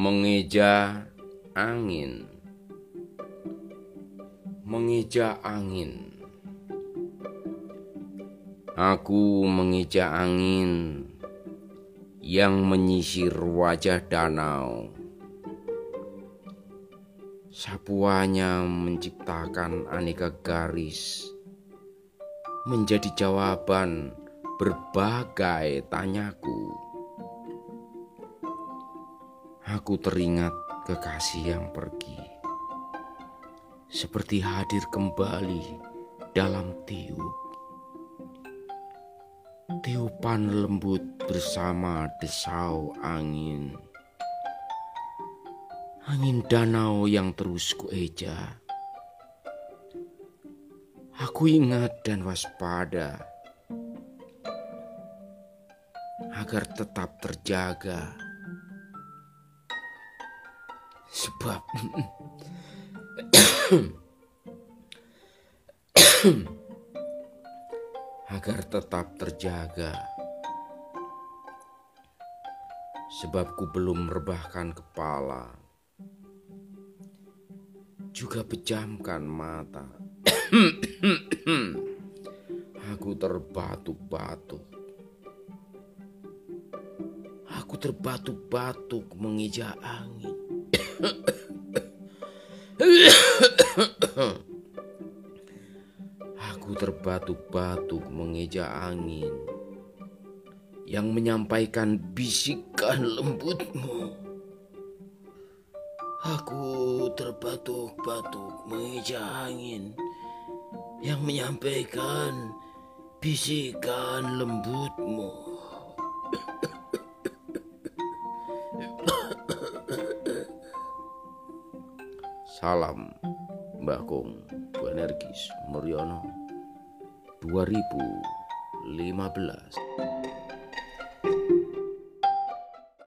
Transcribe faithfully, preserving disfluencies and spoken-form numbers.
Mengeja angin, mengeja angin. Aku mengeja angin yang menyisir wajah danau. Sapuanya menciptakan aneka garis, menjadi jawaban berbagai tanyaku. Aku teringat kekasih yang pergi, seperti hadir kembali dalam tiup. Tiupan lembut bersama desau angin. Angin danau yang terus kueja. Aku ingat dan waspada agar tetap terjaga. Sebab agar tetap terjaga. Sebab ku belum merebahkan kepala, juga pejamkan mata. Aku terbatuk-batuk. Aku terbatuk-batuk mengeja angin. Aku terbatuk-batuk mengeja angin yang menyampaikan bisikan lembutmu. Aku terbatuk-batuk mengeja angin yang menyampaikan bisikan lembutmu. Salam Mbah Kong Buanergis Muryono dua ribu lima belas.